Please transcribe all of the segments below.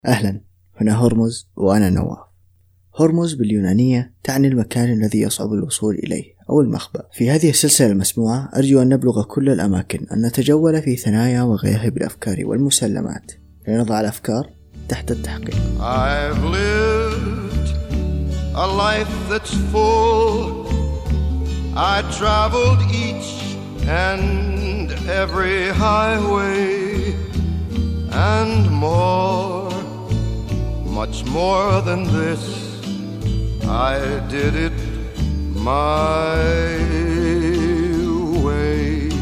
أهلا، هنا هرمز وأنا نواف. هرمز باليونانية تعني المكان الذي يصعب الوصول إليه أو المخبأ. في هذه السلسلة المسموعة أرجو أن نبلغ كل الأماكن، أن نتجول في ثنايا وغياهب الأفكار والمسلمات لنضع الأفكار تحت التحقيق. I've lived a life that's full. I traveled each and every highway and more, much more than this. I did it my way.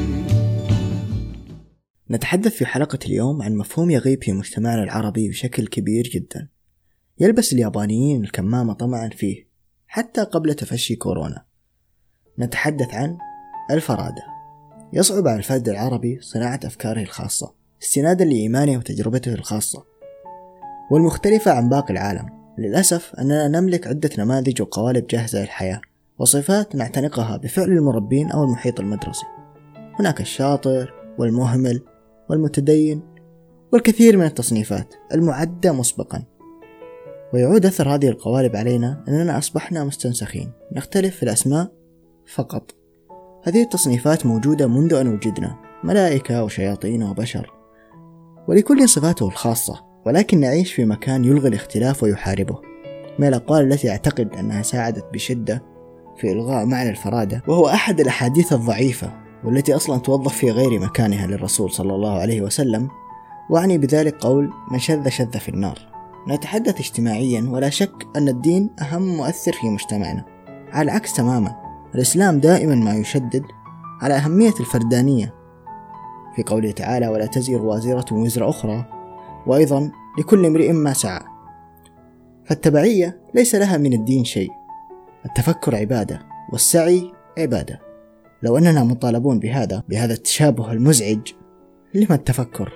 نتحدث في حلقة اليوم عن مفهوم يغيب في مجتمعنا العربي بشكل كبير جدا. يلبس اليابانيين الكمامة طمعا فيه حتى قبل تفشي كورونا. نتحدث عن الفرادة. يصعب على الفرد العربي صناعة أفكاره الخاصة استنادا لإيمانه وتجربته الخاصة والمختلفة عن باقي العالم. للأسف أننا نملك عدة نماذج وقوالب جاهزة للحياة وصفات نعتنقها بفعل المربين أو المحيط المدرسي. هناك الشاطر والمهمل والمتدين والكثير من التصنيفات المعدة مسبقا. ويعود أثر هذه القوالب علينا أننا أصبحنا مستنسخين، نختلف في الأسماء فقط. هذه التصنيفات موجودة منذ أن وجدنا، ملائكة وشياطين وبشر، ولكل صفاته الخاصة، ولكن نعيش في مكان يلغي الاختلاف ويحاربه. من الأقوال التي أعتقد أنها ساعدت بشدة في إلغاء معنى الفرادة، وهو أحد الأحاديث الضعيفة والتي أصلا توظف في غير مكانها للرسول صلى الله عليه وسلم، وأعني بذلك قول من شذ شذ في النار. نتحدث اجتماعيا، ولا شك أن الدين أهم مؤثر في مجتمعنا. على العكس تماما، الإسلام دائما ما يشدد على أهمية الفردانية في قوله تعالى ولا تزر وازرة وزر أخرى، وأيضا لكل امرئ ما سعى. فالتبعية ليس لها من الدين شيء. التفكر عبادة والسعي عبادة. لو أننا مطالبون بهذا التشابه المزعج، لما التفكر؟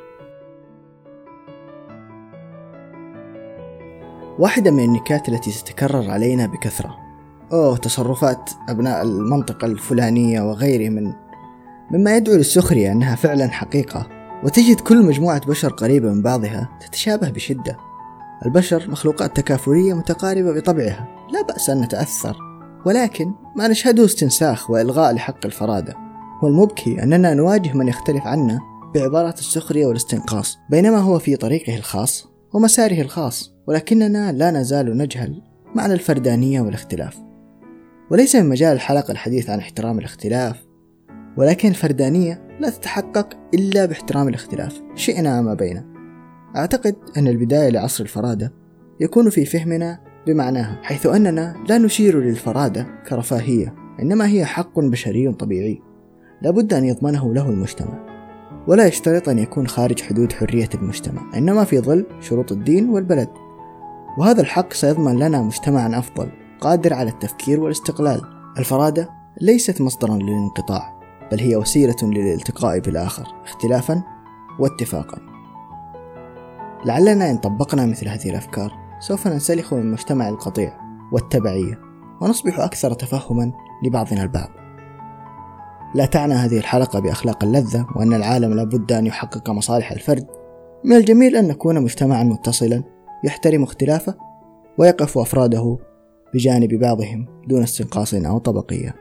واحدة من النكات التي تتكرر علينا بكثرة تصرفات أبناء المنطقة الفلانية وغيره مما يدعو للسخرية أنها فعلا حقيقة. وتجد كل مجموعة بشر قريبة من بعضها تتشابه بشدة. البشر مخلوقات تكافلية متقاربة بطبعها، لا بأس أن نتأثر، ولكن ما نشهده استنساخ وإلغاء لحق الفرادة. والمبكي أننا نواجه من يختلف عنا بعبارات السخرية والاستنقاص، بينما هو في طريقه الخاص ومساره الخاص، ولكننا لا نزال نجهل معنى الفردانية والاختلاف. وليس من مجال الحلقة الحديث عن احترام الاختلاف، ولكن الفردانية لا تتحقق إلا باحترام الاختلاف شئنا ما بينه. أعتقد أن البداية لعصر الفرادة يكون في فهمنا بمعناها، حيث أننا لا نشير للفرادة كرفاهية، إنما هي حق بشري طبيعي لابد أن يضمنه له المجتمع، ولا يشترط أن يكون خارج حدود حرية المجتمع، إنما في ظل شروط الدين والبلد. وهذا الحق سيضمن لنا مجتمعا أفضل قادر على التفكير والاستقلال. الفرادة ليست مصدرا للانقطاع، بل هي وسيلة للالتقاء بالآخر اختلافا واتفاقا. لعلنا إن طبقنا مثل هذه الأفكار سوف ننسلخ من مجتمع القطيع والتبعية، ونصبح أكثر تفهما لبعضنا البعض. لا تعنى هذه الحلقة بأخلاق اللذة وأن العالم لابد أن يحقق مصالح الفرد. من الجميل أن نكون مجتمعا متصلا يحترم اختلافه ويقف أفراده بجانب بعضهم دون استنقاص أو طبقية.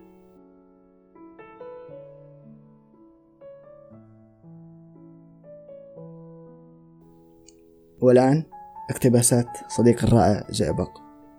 والآن اقتباسات صديق الرائع زئبق.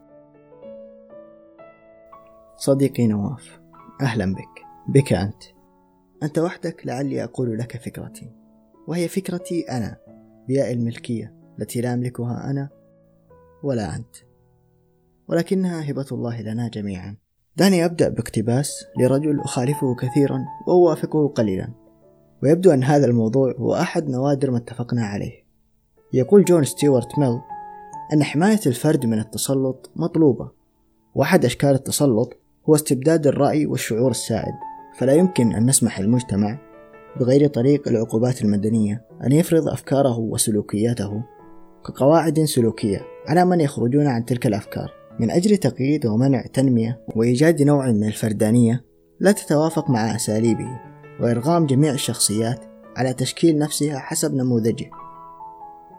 صديقي نواف، أهلا بك أنت وحدك. لعلي أقول لك فكرتي، وهي فكرتي أنا بياء الملكية التي لا أملكها أنا ولا أنت، ولكنها هبة الله لنا جميعا. دعني أبدأ باقتباس لرجل أخالفه كثيرا وأوافقه قليلا، ويبدو أن هذا الموضوع هو أحد نوادر ما اتفقنا عليه. يقول جون ستيوارت ميل أن حماية الفرد من التسلط مطلوبة، وأحد أشكال التسلط هو استبداد الرأي والشعور السائد. فلا يمكن أن نسمح للمجتمع بغير طريق العقوبات المدنية أن يفرض أفكاره وسلوكياته كقواعد سلوكية على من يخرجون عن تلك الأفكار، من أجل تقييد ومنع تنمية وإيجاد نوع من الفردانية لا تتوافق مع أساليبه، وإرغام جميع الشخصيات على تشكيل نفسها حسب نموذجه.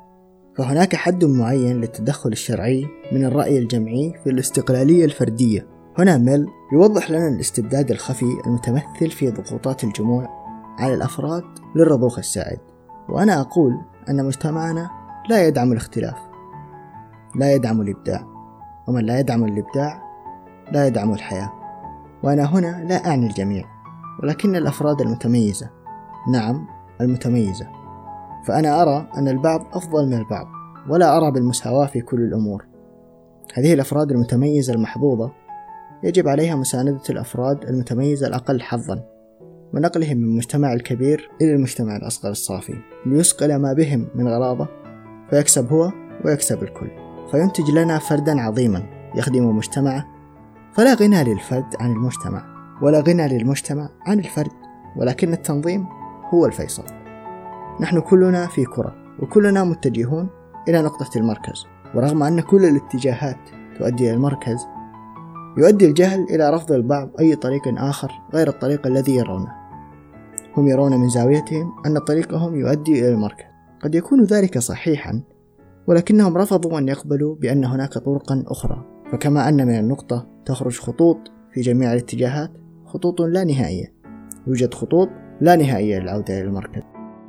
فهناك حد معين للتدخل الشرعي من الرأي الجمعي في الاستقلالية الفردية. هنا ميل يوضح لنا الاستبداد الخفي المتمثل في ضغوطات الجموع على الأفراد للرضوخ السائد. وأنا أقول أن مجتمعنا لا يدعم الاختلاف، لا يدعم الإبداع، ومن لا يدعم الإبداع لا يدعم الحياة. وأنا هنا لا أعني الجميع، ولكن الأفراد المتميزة، نعم المتميزة. فأنا أرى أن البعض أفضل من البعض، ولا أرى بالمساواة في كل الأمور. هذه الأفراد المتميزة المحظوظة يجب عليها مساندة الأفراد المتميزة الأقل حظا، ونقلهم من المجتمع الكبير إلى المجتمع الأصغر الصافي، ليسقل ما بهم من غرابة، فيكسب هو ويكسب الكل، فينتج لنا فردا عظيما يخدم مجتمعه. فلا غنى للفرد عن المجتمع، ولا غنى للمجتمع عن الفرد، ولكن التنظيم هو الفيصل. نحن كلنا في كرة، وكلنا متجهون إلى نقطة المركز، ورغم أن كل الاتجاهات تؤدي إلى المركز، يؤدي الجهل إلى رفض البعض أي طريق آخر غير الطريق الذي يرونه. هم يرون من زاويتهم أن طريقهم يؤدي إلى المركز. قد يكون ذلك صحيحا، ولكنهم رفضوا أن يقبلوا بأن هناك طرقا أخرى. فكما أن من النقطة تخرج خطوط في جميع الاتجاهات، خطوط لا نهائية، يوجد خطوط لا نهائية للعودة إلى المركز.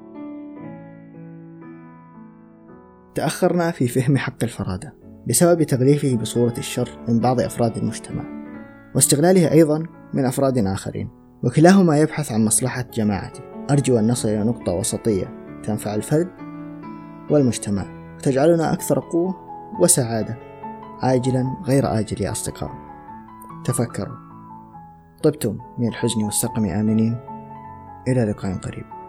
تأخرنا في فهم حق الفرادة بسبب تغليفه بصورة الشر من بعض أفراد المجتمع، واستغلاله أيضا من أفراد آخرين، وكلاهما يبحث عن مصلحة جماعته. أرجو أن نصل إلى نقطة وسطية تنفع الفرد والمجتمع، وتجعلنا أكثر قوة وسعادة عاجلا غير آجل يا أصدقاء. تفكروا، طبتم من الحزن والسقم آمنين. إلى لقاء قريب.